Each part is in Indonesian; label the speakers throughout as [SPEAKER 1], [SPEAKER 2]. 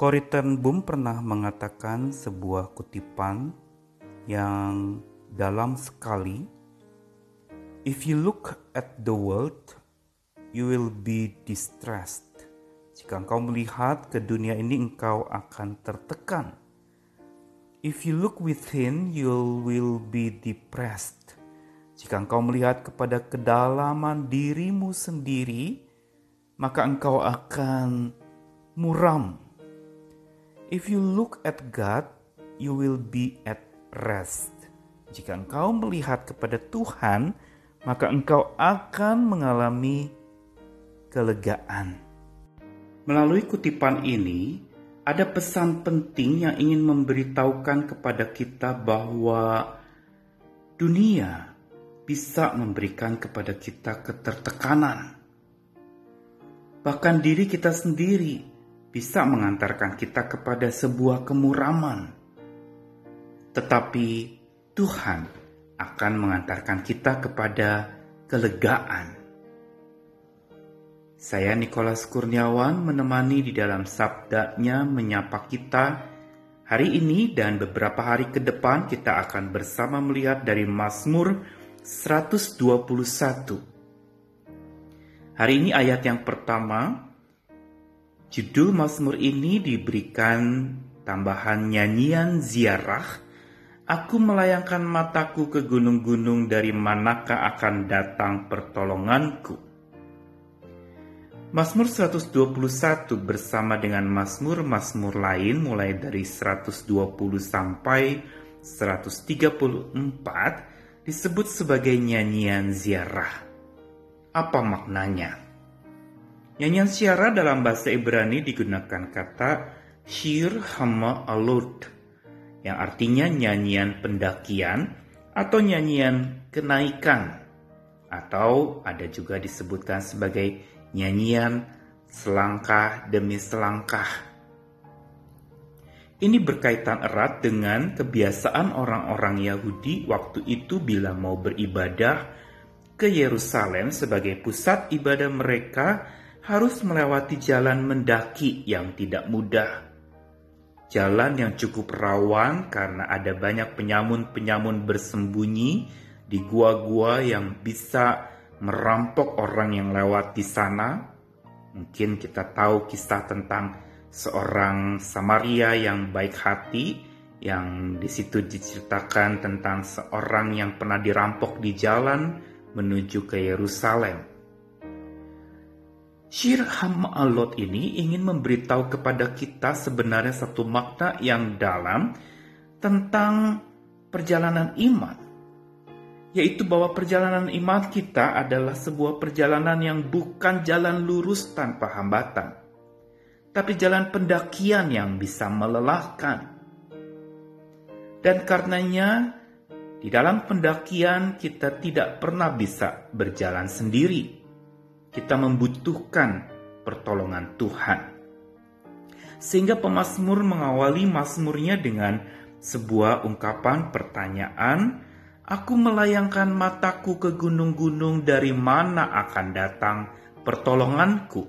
[SPEAKER 1] Corrie ten Boom pernah mengatakan sebuah kutipan yang dalam sekali. If you look at the world, you will be distressed. Jika engkau melihat ke dunia ini, engkau akan tertekan. If you look within, you will be depressed. Jika engkau melihat kepada kedalaman dirimu sendiri, maka engkau akan muram. If you look at God, you will be at rest. Jika engkau melihat kepada Tuhan, maka engkau akan mengalami kelegaan. Melalui kutipan ini, ada pesan penting yang ingin memberitahukan kepada kita bahwa dunia bisa memberikan kepada kita ketertekanan. Bahkan diri kita sendiri bisa mengantarkan kita kepada sebuah kemuraman. Tetapi Tuhan akan mengantarkan kita kepada kelegaan. Saya Nikolas Kurniawan menemani di dalam sabdanya menyapa kita hari ini dan beberapa hari ke depan. Kita akan bersama melihat dari Mazmur 121. Hari ini ayat yang pertama, judul Mazmur ini diberikan tambahan nyanyian ziarah. Aku melayangkan mataku ke gunung-gunung, dari manakah akan datang pertolonganku. Mazmur 121 bersama dengan mazmur-mazmur lain mulai dari 120 sampai 134 disebut sebagai nyanyian ziarah. Apa maknanya? Nyanyian ziarah dalam bahasa Ibrani digunakan kata shir hama'alot, yang artinya nyanyian pendakian atau nyanyian kenaikan, atau ada juga disebutkan sebagai nyanyian selangkah demi selangkah. Ini berkaitan erat dengan kebiasaan orang-orang Yahudi waktu itu bila mau beribadah ke Yerusalem sebagai pusat ibadah mereka, harus melewati jalan mendaki yang tidak mudah. Jalan yang cukup rawan karena ada banyak penyamun-penyamun bersembunyi di gua-gua yang bisa merampok orang yang lewat di sana. Mungkin kita tahu kisah tentang seorang Samaria yang baik hati, yang di situ diceritakan tentang seorang yang pernah dirampok di jalan menuju ke Yerusalem. Shir hama'alot ini ingin memberitahu kepada kita sebenarnya satu makna yang dalam tentang perjalanan iman, yaitu bahwa perjalanan iman kita adalah sebuah perjalanan yang bukan jalan lurus tanpa hambatan, tapi jalan pendakian yang bisa melelahkan. Dan karenanya, di dalam pendakian kita tidak pernah bisa berjalan sendiri. Kita membutuhkan pertolongan Tuhan. Sehingga pemazmur mengawali mazmurnya dengan sebuah ungkapan pertanyaan, aku melayangkan mataku ke gunung-gunung, dari mana akan datang pertolonganku.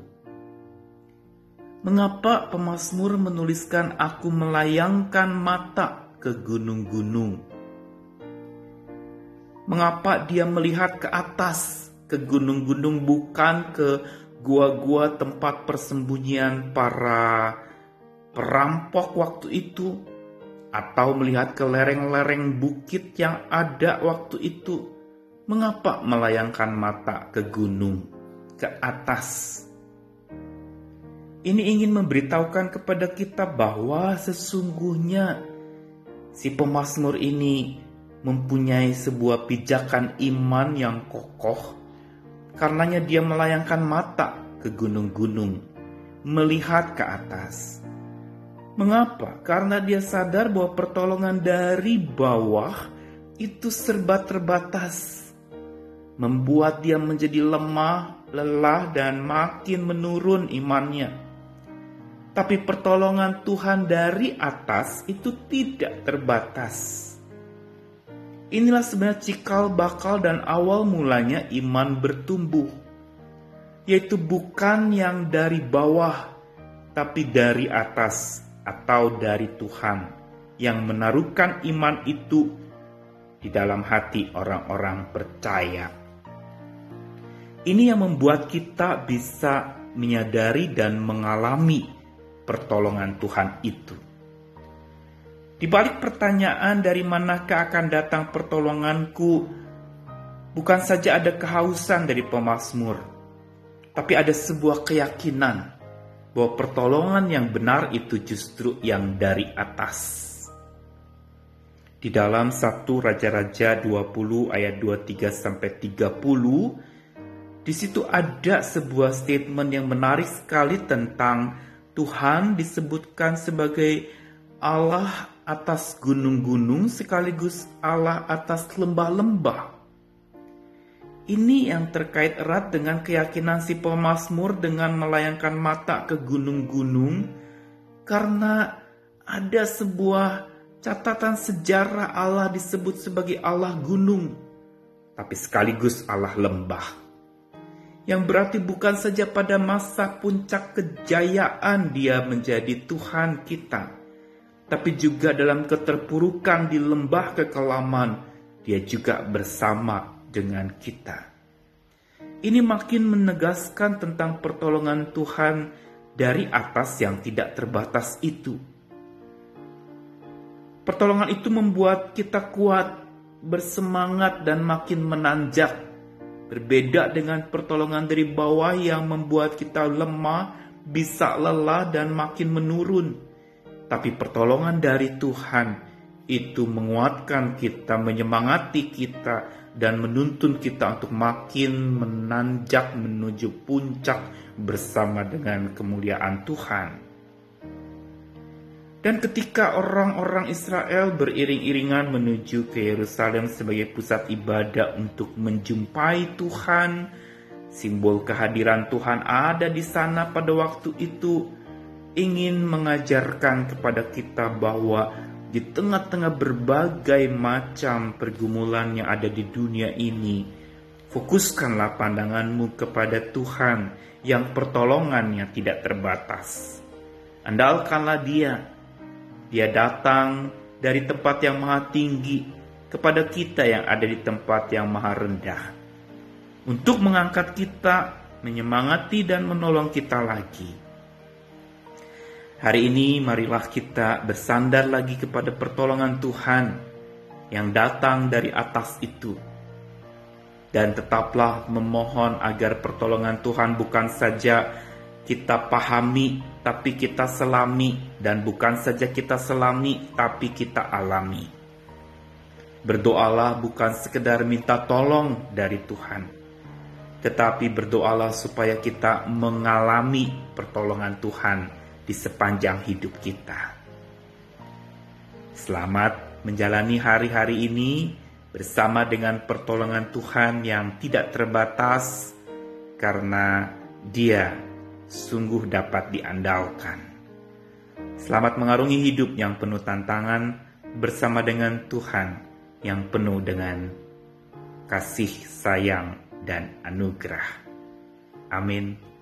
[SPEAKER 1] Mengapa pemazmur menuliskan aku melayangkan mata ke gunung-gunung? Mengapa dia melihat ke atas, ke gunung-gunung, bukan ke gua-gua tempat persembunyian para perampok waktu itu, atau melihat ke lereng-lereng bukit yang ada waktu itu? Mengapa melayangkan mata ke gunung, ke atas? Ini ingin memberitahukan kepada kita bahwa sesungguhnya si pemazmur ini mempunyai sebuah pijakan iman yang kokoh. Karenanya dia melayangkan mata ke gunung-gunung, melihat ke atas. Mengapa? Karena dia sadar bahwa pertolongan dari bawah itu serba terbatas, membuat dia menjadi lemah, lelah, dan makin menurun imannya. Tapi pertolongan Tuhan dari atas itu tidak terbatas. Inilah sebenarnya cikal bakal dan awal mulanya iman bertumbuh, yaitu bukan yang dari bawah, tapi dari atas atau dari Tuhan yang menaruhkan iman itu di dalam hati orang-orang percaya. Ini yang membuat kita bisa menyadari dan mengalami pertolongan Tuhan itu. Di balik pertanyaan dari manakah akan datang pertolonganku, bukan saja ada kehausan dari pemazmur, tapi ada sebuah keyakinan bahwa pertolongan yang benar itu justru yang dari atas. Di dalam 1 Raja-Raja 20 ayat 23-30, di situ ada sebuah statement yang menarik sekali tentang Tuhan disebutkan sebagai Allah atas gunung-gunung sekaligus Allah atas lembah-lembah. Ini yang terkait erat dengan keyakinan si pemazmur dengan melayangkan mata ke gunung-gunung, karena ada sebuah catatan sejarah Allah disebut sebagai Allah gunung, tapi sekaligus Allah lembah. Yang berarti bukan saja pada masa puncak kejayaan dia menjadi Tuhan kita, tapi juga dalam keterpurukan di lembah kekelaman, dia juga bersama dengan kita. Ini makin menegaskan tentang pertolongan Tuhan dari atas yang tidak terbatas itu. Pertolongan itu membuat kita kuat, bersemangat, dan makin menanjak. Berbeda dengan pertolongan dari bawah yang membuat kita lemah, bisa lelah, dan makin menurun. Tapi pertolongan dari Tuhan itu menguatkan kita, menyemangati kita, dan menuntun kita untuk makin menanjak menuju puncak bersama dengan kemuliaan Tuhan. Dan ketika orang-orang Israel beriring-iringan menuju ke Yerusalem sebagai pusat ibadah untuk menjumpai Tuhan, simbol kehadiran Tuhan ada di sana pada waktu itu, ingin mengajarkan kepada kita bahwa di tengah-tengah berbagai macam pergumulan yang ada di dunia ini, fokuskanlah pandanganmu kepada Tuhan yang pertolongannya tidak terbatas. Andalkanlah Dia datang dari tempat yang maha tinggi kepada kita yang ada di tempat yang maha rendah, untuk mengangkat kita, menyemangati dan menolong kita lagi. Hari ini marilah kita bersandar lagi kepada pertolongan Tuhan yang datang dari atas itu. Dan tetaplah memohon agar pertolongan Tuhan bukan saja kita pahami, tapi kita selami. Dan bukan saja kita selami, tapi kita alami. Berdoalah bukan sekedar minta tolong dari Tuhan, tetapi berdoalah supaya kita mengalami pertolongan Tuhan di sepanjang hidup kita. Selamat menjalani hari-hari ini bersama dengan pertolongan Tuhan yang tidak terbatas, karena Dia sungguh dapat diandalkan. Selamat mengarungi hidup yang penuh tantangan bersama dengan Tuhan yang penuh dengan kasih sayang dan anugerah. Amin.